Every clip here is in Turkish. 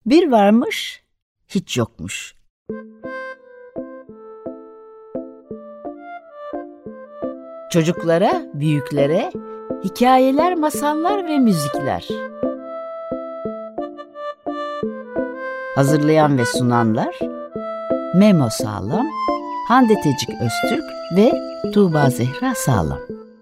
Bir varmış, hiç yokmuş. Çocuklara, büyüklere hikayeler, masallar ve müzikler. Hazırlayan ve sunanlar Memo Sağlam, Hande Tecik Öztürk ve Tuğba Zehra Sağlam.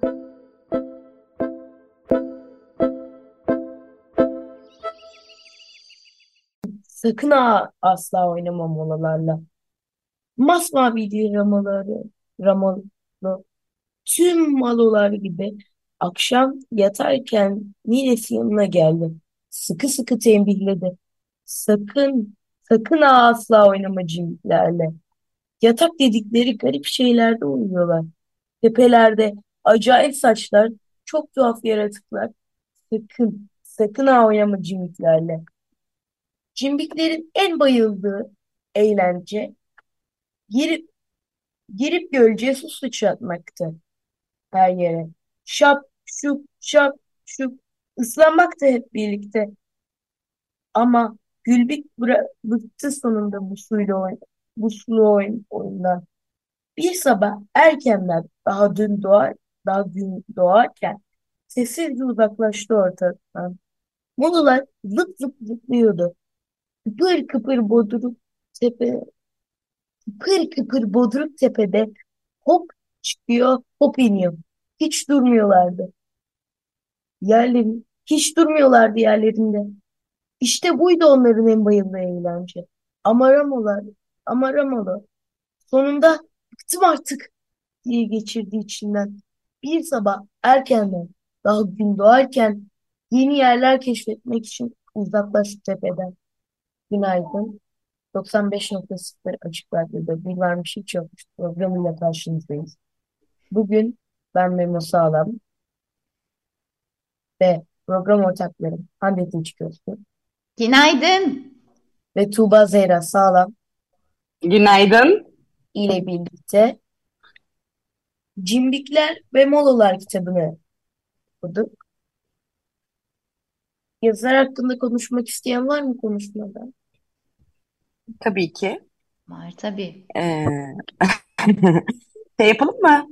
Sakın ha asla oynama molalarla. Masmaviydi ramalı, tüm malolar gibi akşam yatarken ninesi yanına geldi. Sıkı sıkı tembihledi. Sakın, sakın ha asla oynama cimriklerle. Yatak dedikleri garip şeylerde uyuyorlar. Tepelerde acayip saçlar, çok tuhaf yaratıklar. Sakın, sakın ha oynama cimriklerle. Cimbiklerin en bayıldığı eğlence girip girip gölceye su sıçratmaktı her yere. Şap şup şap şup ıslanmak da hep birlikte. Ama bıktı sonunda bu sulu oyundan. Bir sabah erkenden daha gün doğarken sessizce uzaklaştı ortadan. Molular zıp zıp zıplıyordu. Kıpır kıpır bodrum tepe Kıpır kıpır Bodrum tepede hop çıkıyor, hop iniyor. Hiç durmuyorlardı. Hiç durmuyorlardı yerlerinde. İşte buydu onların en bayıldığı eğlence. Amaramolar, Amaramolo. Sonunda bıktım artık diye geçirdiği içinden. Bir sabah erkenden, daha gün doğarken yeni yerler keşfetmek için uzaklaştı tepeden. Günaydın. 95.0 Açık Radyo'da bir varmış hiç yokmuş programıyla karşınızdayız. Bugün ben Memo Sağlam ve program ortaklarım Hande Tilki Köstü Günaydın. ve Tuğba Zehra Sağlam Günaydın. ile birlikte Cimbikler ve Mololar kitabını okuduk. Yazar hakkında konuşmak isteyen var mı konuşmadan? Tabii ki. Var tabii. Ee, şey yapalım mı?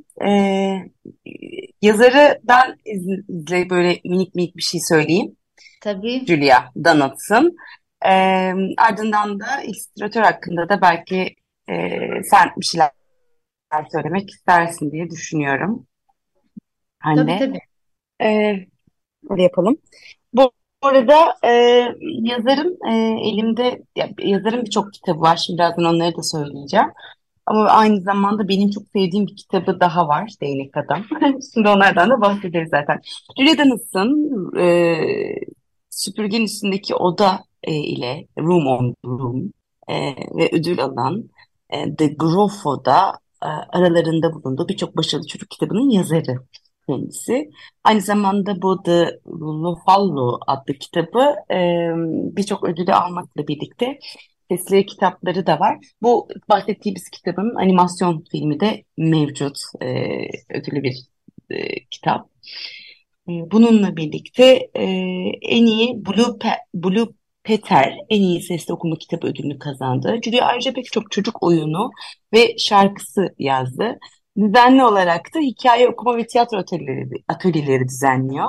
Yazarı ben böyle minik minik bir şey söyleyeyim. Tabii. Julia Donaldson. Ardından da illüstratör hakkında da belki sen bir şeyler söylemek istersin diye düşünüyorum. Tabii Hande. tabii. Ee, öyle yapalım. Bu arada yazarın elimde yazarın birçok kitabı var. Şimdi birazdan onları da söyleyeceğim. Ama aynı zamanda benim çok sevdiğim bir kitabı daha var. Değnek Adam. Şimdi onlardan da bahsederiz zaten. Julia Donaldson Süpürgenin Üstündeki Oda ile Room on Room ve ödül alan The Groffo'da aralarında bulunduğu birçok başarılı çocuk kitabının yazarı kendisi. Aynı zamanda bu The Lufallo adlı kitabı birçok ödülü almakla birlikte sesli kitapları da var. Bu bahsettiğimiz kitabın animasyon filmi de mevcut. Ödüllü bir kitap. Bununla birlikte en iyi Blue Peter en iyi sesli okuma kitabı ödülünü kazandı. Julia ayrıca pek çok çocuk oyunu ve şarkısı yazdı. Düzenli olarak da hikaye okuma ve tiyatro atölyeleri düzenliyor.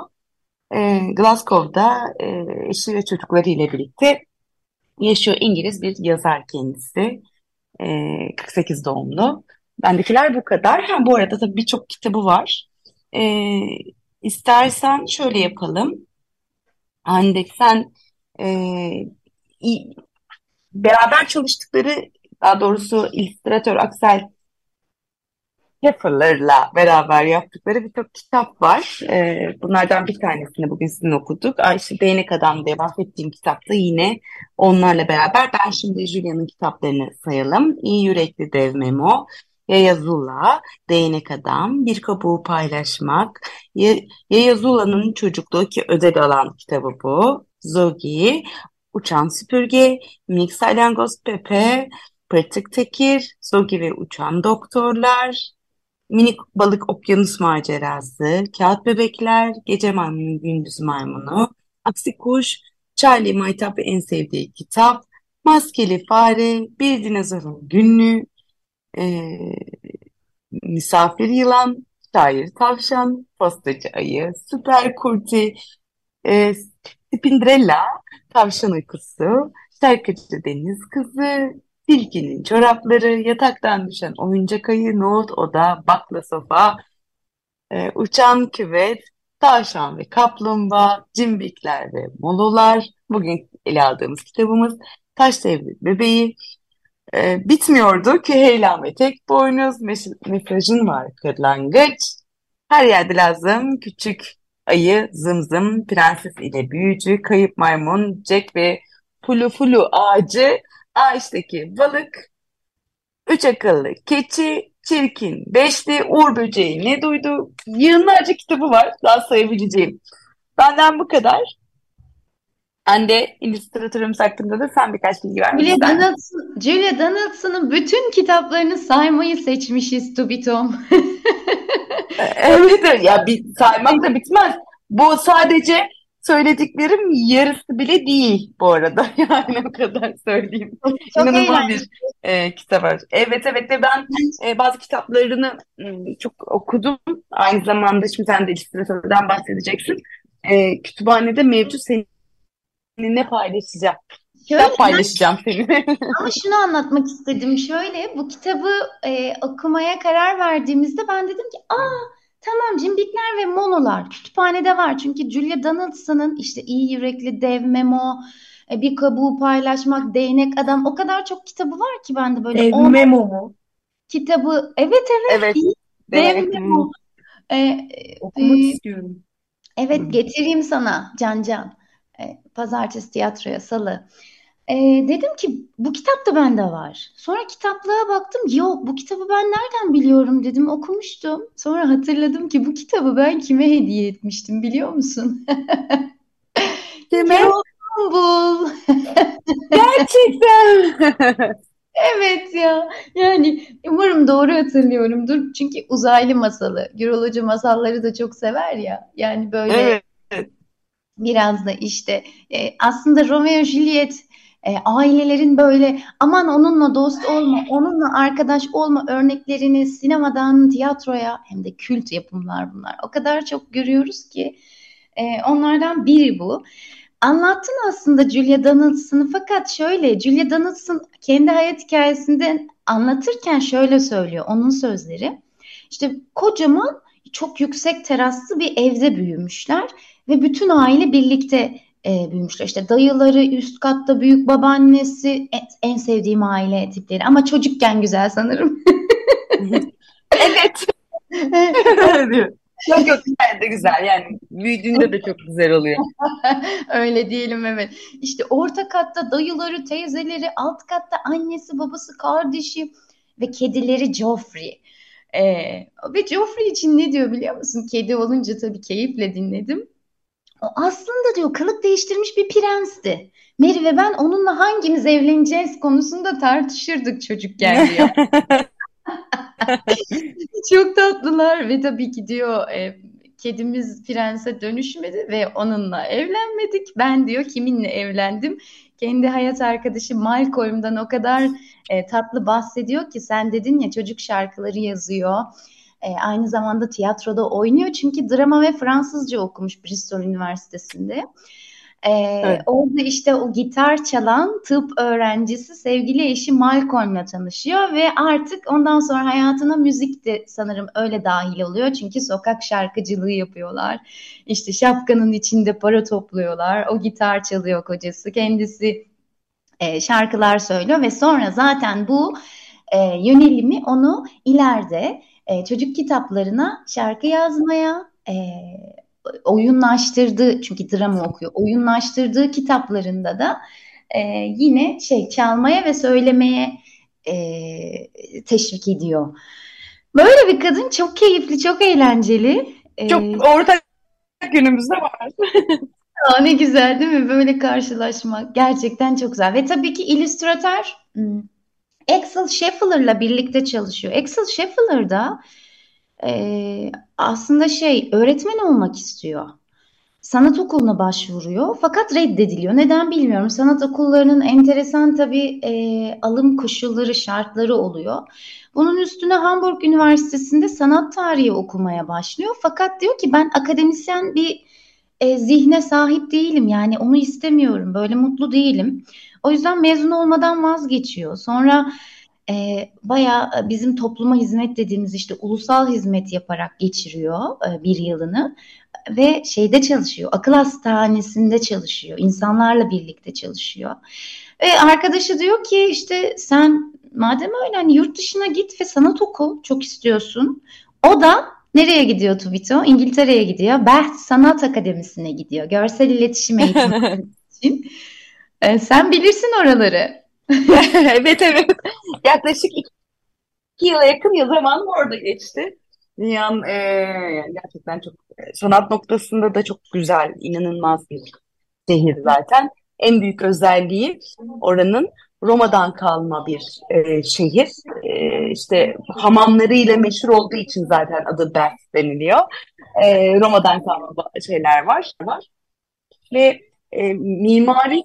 Glasgow'da eşi ve çocukları ile birlikte yaşıyor. İngiliz bir yazar kendisi. 48 doğumlu. Bendekiler bu kadar. Ha, bu arada tabii birçok kitabı var. Ee, istersen şöyle yapalım. Hande sen e, i- beraber çalıştıkları, daha doğrusu illüstratör Axel Scheffer'la beraber yaptıkları birçok kitap var. Bunlardan bir tanesini bugün sizinle okuduk. İşte Değnek Adam diye bahsettiğim kitapta yine onlarla beraber. Ben şimdi Julia'nın kitaplarını sayalım. İyi Yürekli Dev Memo, Yaya Zula, Değnek Adam, Bir Kabuğu Paylaşmak, Yaya Zula'nın çocukluğu ki ödül alan kitabı bu. Zogi, Uçan Süpürge, Minik Salyangoz Pepe, Pırtık Tekir, Zogi ve Uçan Doktorlar, Minik Balık Okyanus Macerası, Kağıt Bebekler, Gece Maymunu Gündüz Maymunu, Aksi Kuş, Charlie Maytap en sevdiği kitap, Maskeli Fare, Bir Dinozorun Günlüğü, e, Misafir Yılan, Şair Tavşan, Postacı Ayı, Süper Kurti, e, Spinderella, Tavşan Uykusu, Şarkıcı Deniz Kızı, Tilkinin Çorapları, Yataktan Düşen Oyuncak Ayı, Nohut Oda, Bakla Sofa, Uçan Küvet, Tavşan ve Kaplumbağa, Cimbikler ve Molular. Bugün ele aldığımız kitabımız Taş Devri Bebeği. Bitmiyordu ki Heylem ve Tek Boynuz, mesajın var kırlangıç. Her yerde lazım, küçük ayı, Zımzım, prenses ile büyücü, kayıp maymun, Jack ve Fulu Fulu ağacı, ağaçtaki balık, üç akıllı keçi, çirkin beşli, Uğur böceği ne duydu? Yığınlarca kitabı var daha sayabileceğim. Benden bu kadar. Ben de illüstratörümüz hakkında da sen birkaç bilgi vermek Julia ister misin? Donaldson, Julia Donaldson'ın bütün kitaplarını saymayı seçmişiz Tubitom. Evet, evet. Ya bir saymak da bitmez. Bu sadece söylediklerim yarısı bile değil bu arada. Yani o kadar söyleyeyim. Çok İnanılmaz eğlenceli. bir kitap var. Evet, evet, ve ben bazı kitaplarını çok okudum. Aynı zamanda şimdi sen de illüstratörden bahsedeceksin. Kütüphanede mevcut, seninle paylaşacağım. Şöyle Kitap paylaşacağım seninle. ama şunu anlatmak istedim. Şöyle bu kitabı okumaya karar verdiğimizde ben dedim ki tamam, Cimbikler ve Monolar kütüphanede var. Çünkü Julia Donaldson'ın işte İyi Yürekli Dev, Memo, Bir Kabuğu Paylaşmak, Değnek Adam, o kadar çok kitabı var ki bende böyle Dev 10 Memo mu? kitabı. Evet, Evet. iyi. Dev Demek. Memo. E, Okumak e, istiyorum. evet, getireyim sana Can. Pazartesi tiyatroya, salı. Dedim ki bu kitap da bende var. Sonra kitaplığa baktım. Yok, bu kitabı ben nereden biliyorum dedim. Okumuştum. Sonra hatırladım ki bu kitabı ben kime hediye etmiştim biliyor musun? Kime? Kemal Sunbul. Gerçekten. Evet ya. Yani umarım doğru hatırlıyorumdur. Çünkü uzaylı masalı. Gürol Hoca masalları da çok sever ya. Yani böyle Evet. biraz da işte aslında Romeo Juliet, ailelerin böyle aman onunla dost olma, onunla arkadaş olma örneklerini sinemadan tiyatroya, hem de kült yapımlar bunlar. O kadar çok görüyoruz ki onlardan biri bu. Anlattın aslında Julia Donaldson'ı, fakat şöyle, Julia Donaldson kendi hayat hikayesinden anlatırken şöyle söylüyor, onun sözleri. İşte kocaman, çok yüksek teraslı bir evde büyümüşler ve bütün aile birlikte büyümüşler. İşte dayıları üst katta, büyük babaannesi, en sevdiğim aile tipleri ama çocukken güzel sanırım. Evet. Yok, yok, güzel de güzel, yani büyüdüğünde de çok güzel oluyor. Öyle diyelim, evet. İşte orta katta dayıları, teyzeleri, alt katta annesi, babası, kardeşi ve kedileri Joffrey. Ve Joffrey için ne diyor biliyor musun? Kedi olunca tabii keyifle dinledim. O aslında diyor kılık değiştirmiş bir prensti. Mary ve ben onunla hangimiz evleneceğiz konusunda tartışırdık çocukken diyor. Çok tatlılar ve tabii ki diyor kedimiz prense dönüşmedi ve onunla evlenmedik. Ben diyor kiminle evlendim? Kendi hayat arkadaşı Malcolm'dan o kadar tatlı bahsediyor ki, sen dedin ya çocuk şarkıları yazıyor. Aynı zamanda tiyatroda oynuyor çünkü drama ve Fransızca okumuş Bristol Üniversitesi'nde. Evet. Orada işte o gitar çalan tıp öğrencisi sevgili eşi Malcolm'la tanışıyor ve artık ondan sonra hayatına müzik de sanırım öyle dahil oluyor. Çünkü sokak şarkıcılığı yapıyorlar. İşte şapkanın içinde para topluyorlar. O gitar çalıyor kocası. Kendisi şarkılar söylüyor ve sonra zaten bu yönelimi onu ileride çocuk kitaplarına şarkı yazmaya, oyunlaştırdığı, çünkü drama okuyor, oyunlaştırdığı kitaplarında da yine çalmaya ve söylemeye teşvik ediyor. Böyle bir kadın, çok keyifli, çok eğlenceli. Çok ortak günümüzde var. Ne güzel değil mi? Böyle karşılaşmak gerçekten çok güzel. Ve tabii ki illüstratör Axel Scheffler'la birlikte çalışıyor. Axel Scheffler da aslında öğretmen olmak istiyor. sanat okuluna başvuruyor fakat reddediliyor. Neden bilmiyorum. Sanat okullarının enteresan tabii alım koşulları, şartları oluyor. Bunun üstüne Hamburg Üniversitesi'nde sanat tarihi okumaya başlıyor. Fakat diyor ki ben akademisyen bir zihne sahip değilim. Yani onu istemiyorum. Böyle mutlu değilim. O yüzden mezun olmadan vazgeçiyor. Sonra bayağı bizim topluma hizmet dediğimiz işte ulusal hizmet yaparak geçiriyor bir yılını ve şeyde çalışıyor, akıl hastanesinde çalışıyor, insanlarla birlikte çalışıyor. Ve arkadaşı diyor ki işte sen madem öyle hani yurt dışına git ve sanat oku, çok istiyorsun. O da nereye gidiyor Tuvito? İngiltere'ye gidiyor. Bath Sanat Akademisi'ne gidiyor. Görsel iletişim eğitimi için. Sen bilirsin oraları. Evet, evet. Yaklaşık 2 yıla yakın zamanım orada geçti. Dünyanın gerçekten çok sanat noktasında da çok güzel, inanılmaz bir şehir zaten. En büyük özelliği oranın Roma'dan kalma bir şehir. İşte hamamlarıyla meşhur olduğu için zaten adı Bath deniliyor. Roma'dan kalma şeyler var. Ve mimari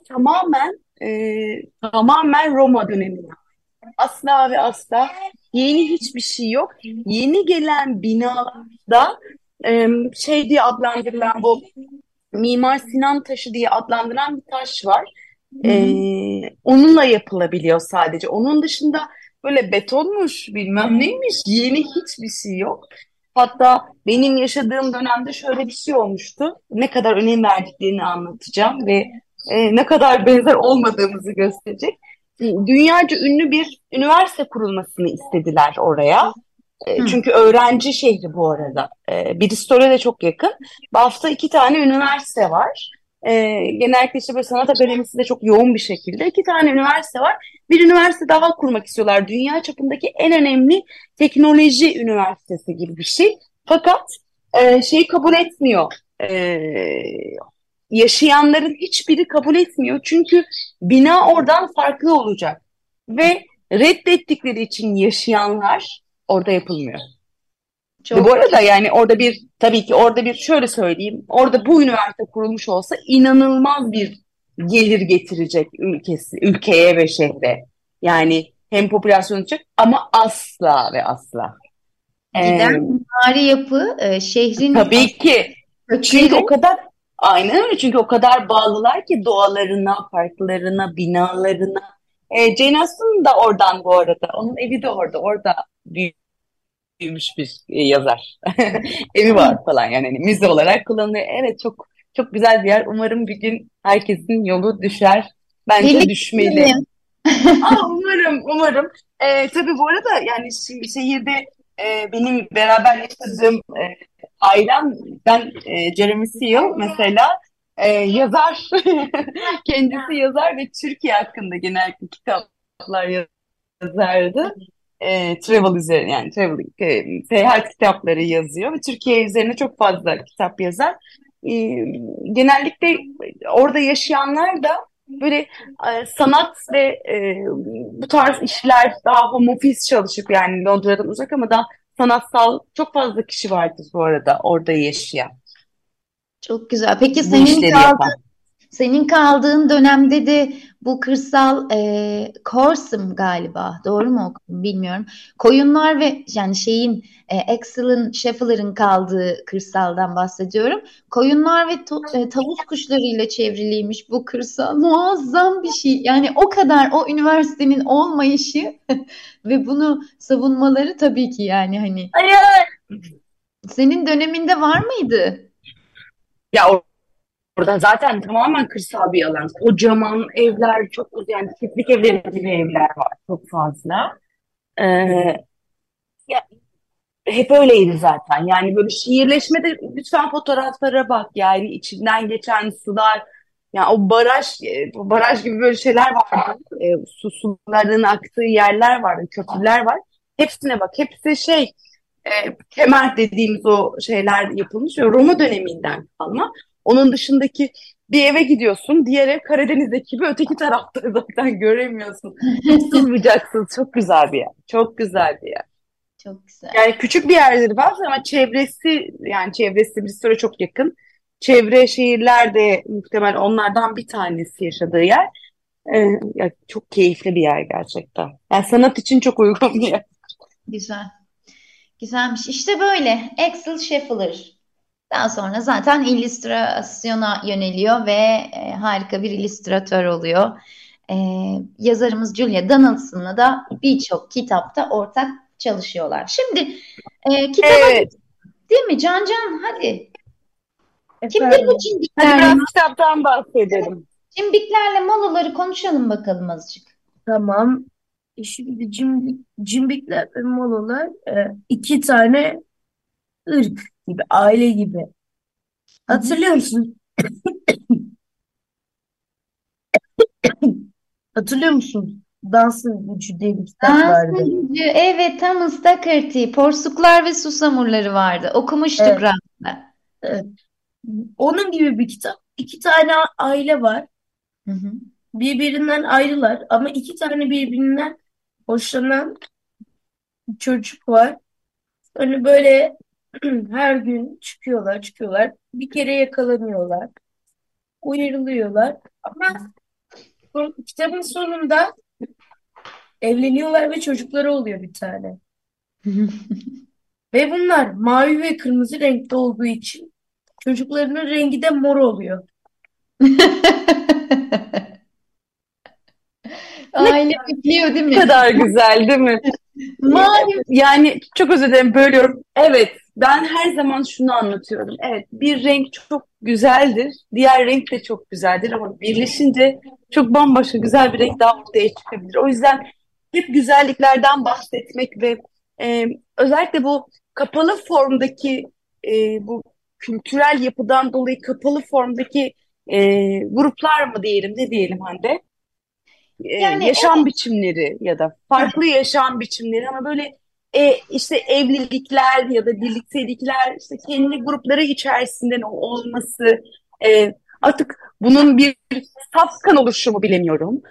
tamamen Roma dönemi. Asla ve asla yeni hiçbir şey yok. Yeni gelen binalarda şey diye adlandırılan bu Mimar Sinan taşı diye adlandırılan bir taş var. Hı hı. Onunla yapılabiliyor sadece. Onun dışında böyle betonmuş bilmem neymiş yeni hiçbir şey yok. Hatta benim yaşadığım dönemde şöyle bir şey olmuştu. Ne kadar önem verdiklerini anlatacağım ve ne kadar benzer olmadığımızı gösterecek. Dünyaca ünlü bir üniversite kurulmasını istediler oraya. Hı. Çünkü öğrenci şehri bu arada. Bristol'e de çok yakın. Bath'ta 2 tane üniversite var. Genellikle işte böyle sanat akademisi de çok yoğun bir şekilde. 2 tane üniversite var. Bir üniversite daha kurmak istiyorlar. Dünya çapındaki en önemli teknoloji üniversitesi gibi bir şey. Fakat şeyi kabul etmiyor. Yaşayanların hiçbiri kabul etmiyor. Çünkü bina oradan farklı olacak. Ve reddettikleri için yaşayanlar orada yapılmıyor. Ve bu Çok arada yani tabii ki orada bir şöyle söyleyeyim. Orada bu üniversite kurulmuş olsa inanılmaz bir gelir getirecek ülkeye ve şehre. Yani hem popülasyon olacak ama asla ve asla. giden Ee, mimari yapı şehrin tabii ki. Çünkü kökleri. o kadar aynen öyle. Çünkü o kadar bağlılar ki doğalarına, parklarına, binalarına. Jane Austen da oradan bu arada. Onun evi de orada. Orada büyümüş bir yazar. Evi var falan yani hani müze olarak kullanılıyor. Evet, çok çok güzel bir yer. Umarım bir gün herkesin yolu düşer. Bence Birlikte düşmeli. gidelim. Umarım. Tabii bu arada yani şehirde benim beraber yaşadığım ailem, ben Jeremy Seal mesela yazar. Kendisi yazar ve Türkiye hakkında genellikle kitaplar yazardı. Travel üzerine yani seyahat kitapları yazıyor ve Türkiye üzerine çok fazla kitap yazar. E, Genellikle orada yaşayanlar da böyle sanat ve bu tarz işler daha home office çalışıp yani Londra'dan uzak ama daha sanatsal çok fazla kişi vardır bu arada orada yaşayan, Çok güzel. Peki bu işleri yapan. senin kaldığın dönemde de bu kırsal Korsim galiba doğru mu okudum bilmiyorum. Koyunlar ve yani şeyin Axel'ın Scheffler'ın kaldığı kırsaldan bahsediyorum. Koyunlar ve tavus kuşlarıyla çevriliymiş bu kırsal. Muazzam bir şey. Yani o kadar o üniversitenin olmayışı ve bunu savunmaları tabii ki yani hani Hayır. senin döneminde var mıydı? Ya orada zaten tamamen kırsal bir alan. Kocaman evler, çok yani çiftlik evleri gibi evler var çok fazla. Ee, Ya hep öyleydi zaten. Yani böyle şehirleşmede lütfen fotoğraflara bak. Yani içinden geçen sular, yani o baraj gibi böyle şeyler vardı. Suların aktığı yerler vardı, köprüler var. Hepsine bak. Hepsi kemer dediğimiz o şeyler yapılmış ve Roma döneminden kalma. Onun dışındaki bir eve gidiyorsun, diğer ev Karadeniz'deki gibi öteki tarafta zaten göremiyorsun. Uçsuz bucaksız, çok güzel bir yer. Çok güzel bir yer. Çok güzel. Yani küçük bir yerleri var ama çevresi Bristol'e çok yakın. çevre şehirler de muhtemelen onlardan bir tanesi yaşadığı yer. Ya çok keyifli bir yer gerçekten. Yani sanat için çok uygun bir yer. Güzel. Güzelmiş. İşte böyle. Axel Scheffler. Daha sonra zaten illüstrasyona yöneliyor ve harika bir illüstratör oluyor. E, Yazarımız Julia Donaldson'la da birçok kitapta ortak çalışıyorlar. Şimdi kitaba Evet. değil mi Can Can? Hadi. Kimdir bu Efendim. Hadi cimbiklerle? biraz kitaptan bahsedelim. Cimbiklerle molaları konuşalım bakalım azıcık. Tamam. Şimdi cimbikler ve molalar iki tane ırk gibi, aile gibi. Hı hı. Hatırlıyor musun? Hatırlıyor musun? Dansın Gücü diye bir kitap vardı. Dansın Gücü. Evet, Thomas Doherty. Porsuklar ve Susamurları vardı. Okumuştuk Evet, Rahat'la. evet. Onun gibi bir kitap. İki tane aile var. Hı hı. Birbirinden ayrılar ama iki tane birbirinden hoşlanan çocuk var. Hani böyle her gün çıkıyorlar. Bir kere yakalanıyorlar. Uyarılıyorlar. Ama kitabın sonunda evleniyorlar ve çocukları oluyor bir tane. Ve bunlar mavi ve kırmızı renkte olduğu için çocuklarının rengi de mor oluyor. Ne Aile bekliyor değil mi? kadar güzel değil mi? Mavi. Yani çok özür dilerim bölüyorum. Evet, ben her zaman şunu anlatıyorum. Evet, bir renk çok güzeldir. Diğer renk de çok güzeldir ama birleşince çok bambaşka güzel bir renk daha ortaya çıkabilir. O yüzden hep güzelliklerden bahsetmek ve özellikle bu kapalı formdaki bu kültürel yapıdan dolayı kapalı formdaki gruplar mı diyelim, ne diyelim Hande? Yani Yaşam biçimleri ya da farklı yaşam biçimleri ama böyle işte evlilikler ya da birliktelikler işte kendi grupları içerisinde olması artık bunun bir safkan oluşumu bilemiyorum.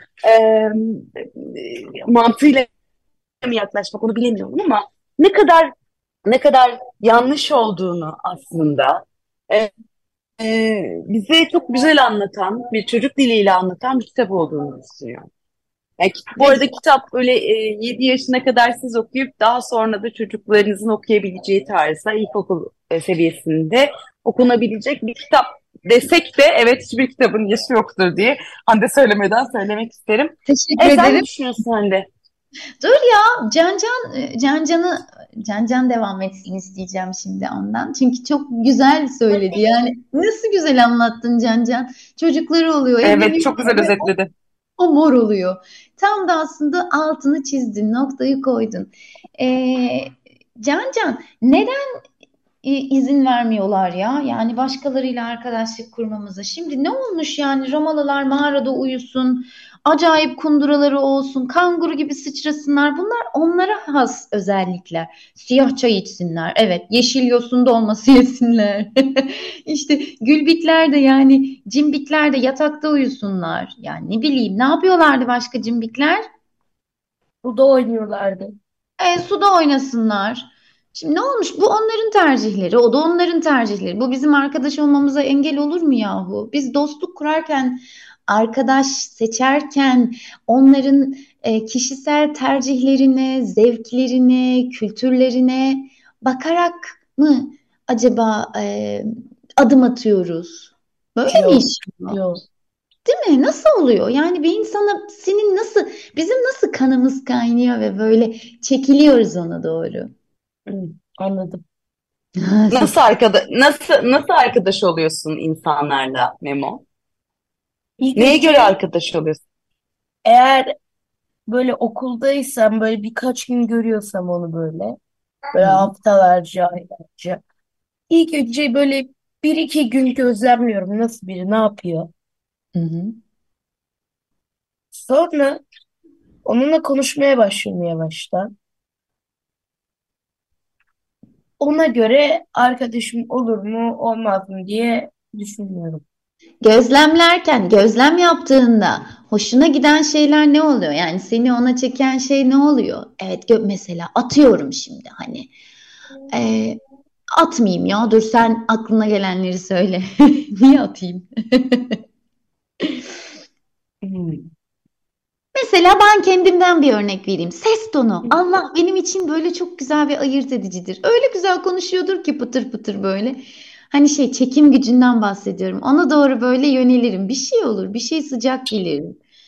Mantığıyla mı yaklaşmak onu bilemiyorum ama ne kadar yanlış olduğunu aslında e, bize çok güzel anlatan bir çocuk diliyle anlatan bir kitap olduğunu düşünüyorum. Yani, bu ve arada kitap böyle 7 yaşına kadar siz okuyup daha sonra da çocuklarınızın okuyabileceği tarzda ilkokul seviyesinde okunabilecek bir kitap desek de evet hiçbir kitabın yaşı yoktur diye Hande söylemeden söylemek isterim. teşekkür Sen ne ederim. düşünüyorsun Hande? Dur ya Can devam etsin isteyeceğim şimdi ondan. Çünkü çok güzel söyledi. Yani nasıl güzel anlattın Can. Çocukları oluyor, Evet çok evleniyor güzel ve özetledi. o mor oluyor. Tam da aslında altını çizdin, noktayı koydun. Ee, Can neden izin vermiyorlar ya? Yani başkalarıyla arkadaşlık kurmamıza. Şimdi ne olmuş yani Romalılar mağarada uyusun, acayip kunduraları olsun, kanguru gibi sıçrasınlar. Bunlar onlara has özellikler. Siyah çay içsinler. Evet, yeşil yosun dolması yesinler. İşte gülbikler de yani cimbikler de yatakta uyusunlar. Yani ne bileyim ne yapıyorlardı başka cimbikler? Burada oynuyorlardı. Suda oynasınlar. Şimdi ne olmuş? Bu onların tercihleri, o da onların tercihleri. Bu bizim arkadaş olmamıza engel olur mu yahu? Biz dostluk kurarken, arkadaş seçerken onların kişisel tercihlerine, zevklerine, kültürlerine bakarak mı acaba adım atıyoruz? Böyle mi Yok, işliyor? yok. Değil mi? Nasıl oluyor? Yani bir insana bizim nasıl kanımız kaynıyor ve böyle çekiliyoruz ona doğru. Hı, anladım. Nasıl arkadaş oluyorsun insanlarla Memo? İlk Neye göre önce arkadaş oluyorsun? eğer böyle okuldaysam böyle birkaç gün görüyorsam onu böyle Hı. haftalarca, aylarca. İlk önce böyle bir iki gün gözlemliyorum nasıl biri ne yapıyor. Hı hı. Sonra onunla konuşmaya başlıyorum yavaştan. Ona göre arkadaşım olur mu olmaz mı diye düşünüyorum. Gözlemlerken, gözlem yaptığında hoşuna giden şeyler ne oluyor? Yani seni ona çeken şey ne oluyor? Evet, mesela atıyorum şimdi hani. Atmayayım ya. Dur sen aklına gelenleri söyle. Niye atayım? Hmm. Mesela ben kendimden bir örnek vereyim. Ses tonu. Allah benim için böyle çok güzel ve ayırt edicidir. Öyle güzel konuşuyordur ki pıtır pıtır böyle. Hani çekim gücünden bahsediyorum. Ona doğru böyle yönelirim. Bir şey olur, bir şey sıcak gelir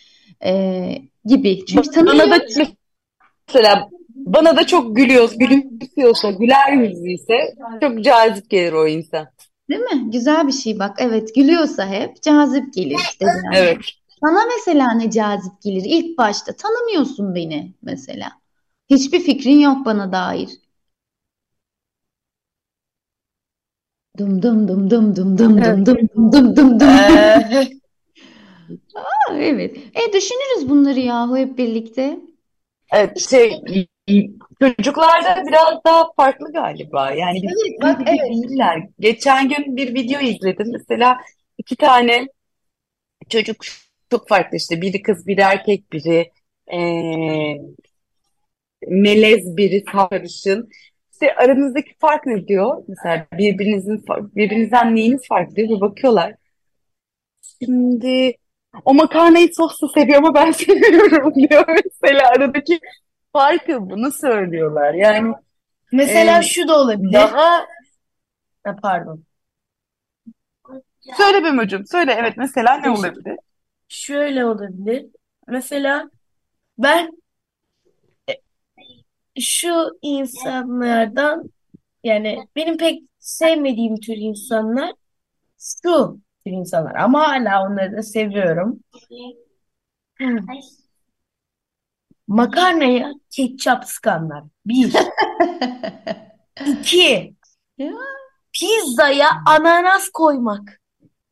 gibi. Çünkü Bana da tanımıyorum. mesela bana da çok gülümsüyorsa, güler yüzlüyse çok cazip gelir o insan. Değil mi? Güzel bir şey bak. Evet, gülüyorsa hep cazip gelir işte yani. Evet. Sana mesela ne cazip gelir? İlk başta tanımıyorsun beni mesela. Hiçbir fikrin yok bana dair. Dım dım dım dım dım dım dım dım dım dım dım dım. Ee, Evet. Düşünürüz bunları yahu hep birlikte. Evet, çocuklarda biraz daha farklı galiba. Yani Evet bizim bak gibi evet. değiller. Geçen gün bir video izledim. Mesela iki tane çocuk çok farklı işte. Biri kız, biri erkek, biri melez, biri sarışın. İşte aranızdaki fark ne diyor? Mesela birbirinizden neyiniz farklı diyor ve bakıyorlar. Şimdi o makarnayı soslu seviyor ama ben seviyorum diyor. Mesela aradaki farkı bunu söylüyorlar. Yani e, Mesela şu da olabilir. daha Pardon. söyle Bemo'cum söyle evet mesela ne Teşekkür. olabilir? Şöyle olabilir. Mesela ben şu insanlardan, yani benim pek sevmediğim tür insanlar şu tür insanlar, ama hala onları da seviyorum. Makarnaya ketçap sıkanlar. Bir. İki. Ya. Pizzaya ananas koymak.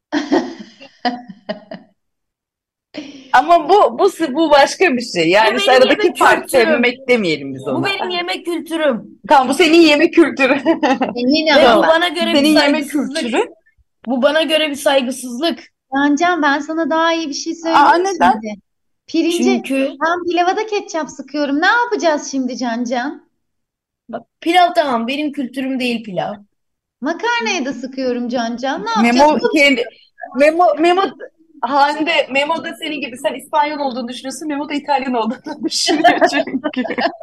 Ama bu başka bir şey. Bu Yani işte benim aradaki yemek fark kültürüm. sevmemek demeyelim biz Bu ona. benim yemek kültürüm. Tamam bu senin yemek kültürü. Senin Ve bu ama. Tamam. bana göre bir Senin yemek saygısızlık. kültürü. Bu bana göre bir saygısızlık. Can ben sana daha iyi bir şey Aa, söyleyeyim mi neden? şimdi? Pirinci Çünkü ben pilava da ketçap sıkıyorum. Ne yapacağız şimdi Can? bak, pilav tamam, benim kültürüm değil pilav. Makarnaya da sıkıyorum Can. Ne yapacağız? Memo kendi Memo Memo da senin gibi sen İspanyol olduğunu düşünüyorsun. Memo da İtalyan olduğunu düşünüyor çünkü.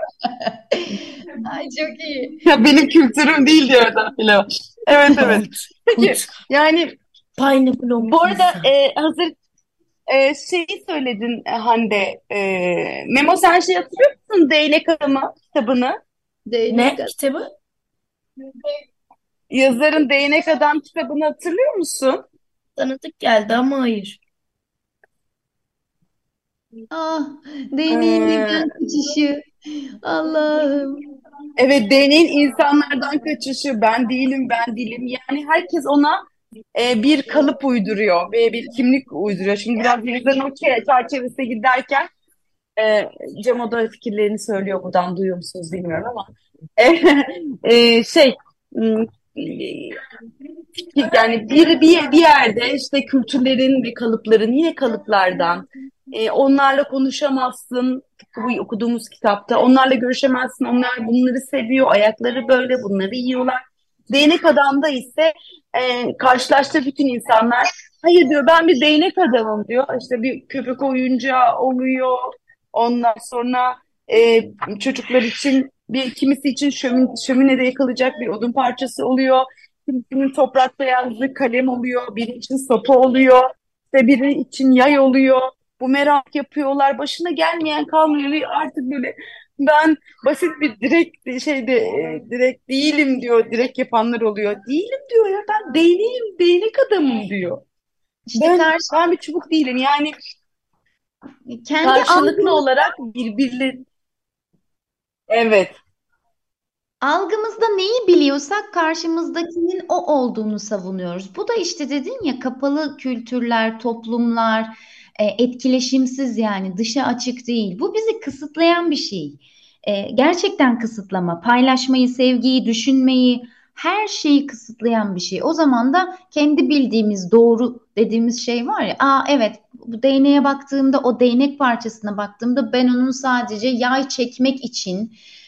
Ay çok iyi. Ya benim kültürüm değil diyor adam pilav. Evet evet. Put, Peki put. yani Pineapple on bu arada pizza. hazır şeyi söyledin Hande. Memo sen şey hatırlıyor musun? Değnek Adamı kitabını. Değnek Ne at. kitabı? Yazarın Değnek Adam kitabını hatırlıyor musun? Tanıdık geldi ama hayır. Ah, değneğin Ee, neden kaçışı. Allah'ım. evet değneğin insanlardan kaçışı ben değilim. Yani herkes ona bir kalıp uyduruyor ve bir kimlik uyduruyor. Şimdi biraz yazarın o çerçevesine giderken Cem o da fikirlerini söylüyor buradan duyuyor musunuz bilmiyorum ama şey m, yani bir yerde işte kültürlerin ve kalıpların yine kalıplardan onlarla konuşamazsın. Bu okuduğumuz kitapta onlarla görüşemezsin. Onlar bunları seviyor. Ayakları böyle bunları yiyorlar. Değnek adamda ise karşılaştığı bütün insanlar hayır diyor ben bir değnek adamım diyor. İşte bir köpek oyuncağı oluyor. Ondan sonra çocuklar için kimisi için şöminede yakılacak bir odun parçası oluyor. Kimisinin toprakta yazdığı kalem oluyor. Biri için sopa oluyor. İşte biri için yay oluyor. Bu merak yapıyorlar. Başına gelmeyen kalmıyor ve artık böyle ben basit bir direkt değilim diyor. Direkt yapanlar oluyor. Değilim diyor ya ben değneğim, değnek adamım diyor. İşte Ben bir çubuk değilim. Yani kendi karşılıklı olarak birbirleri evet. algımızda neyi biliyorsak karşımızdakinin o olduğunu savunuyoruz. Bu da işte dedin ya kapalı kültürler, toplumlar, etkileşimsiz yani dışa açık değil. Bu bizi kısıtlayan bir şey. Gerçekten kısıtlama, paylaşmayı, sevgiyi, düşünmeyi, her şeyi kısıtlayan bir şey. O zaman da kendi bildiğimiz doğru dediğimiz şey var ya, evet bu değneğe baktığımda, o değnek parçasına baktığımda ben onun sadece yay çekmek için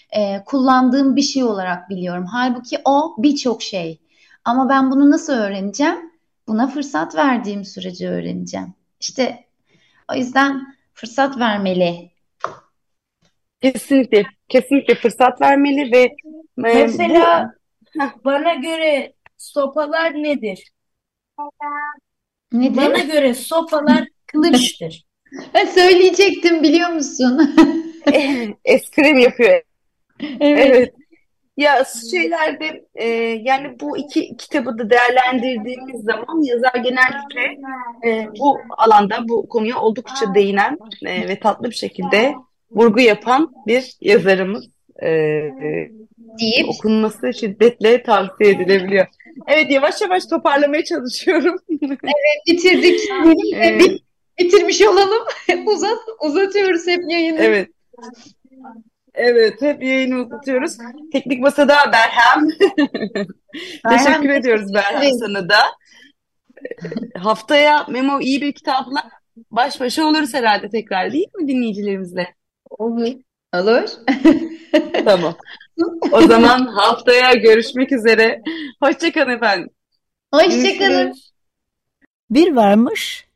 kullandığım bir şey olarak biliyorum. Halbuki o birçok şey. Ama ben bunu nasıl öğreneceğim? Buna fırsat verdiğim sürece öğreneceğim. İşte o yüzden fırsat vermeli. Kesinlikle, kesinlikle fırsat vermeli ve bu Mesela bana göre sopalar nedir? Nedir? Bana göre sopalar kılıçtır. Söyleyecektim biliyor musun? eskrim yapıyor. Evet. Evet. Ya şeylerde yani bu iki kitabı da değerlendirdiğimiz zaman yazar genellikle bu alanda bu konuya oldukça değinen ve tatlı bir şekilde vurgu yapan bir yazarımız. Deyip Okunması şiddetle tavsiye edilebiliyor. Evet, yavaş yavaş toparlamaya çalışıyorum. bitirdik. E, Bitirmiş olalım. Uzatıyoruz hep yayını. evet. Evet, hep yayını uzatıyoruz. Teknik Masa'da Berhem. Berhem, Teşekkür ediyoruz Berhem ederim. sana da. Haftaya Memo iyi bir kitapla baş başa oluruz herhalde tekrar, değil mi dinleyicilerimizle? Olur. Olur. Tamam. O zaman haftaya görüşmek üzere. Hoşça kalın efendim. Hoşçakalın. Görüşürüz. Bir varmış,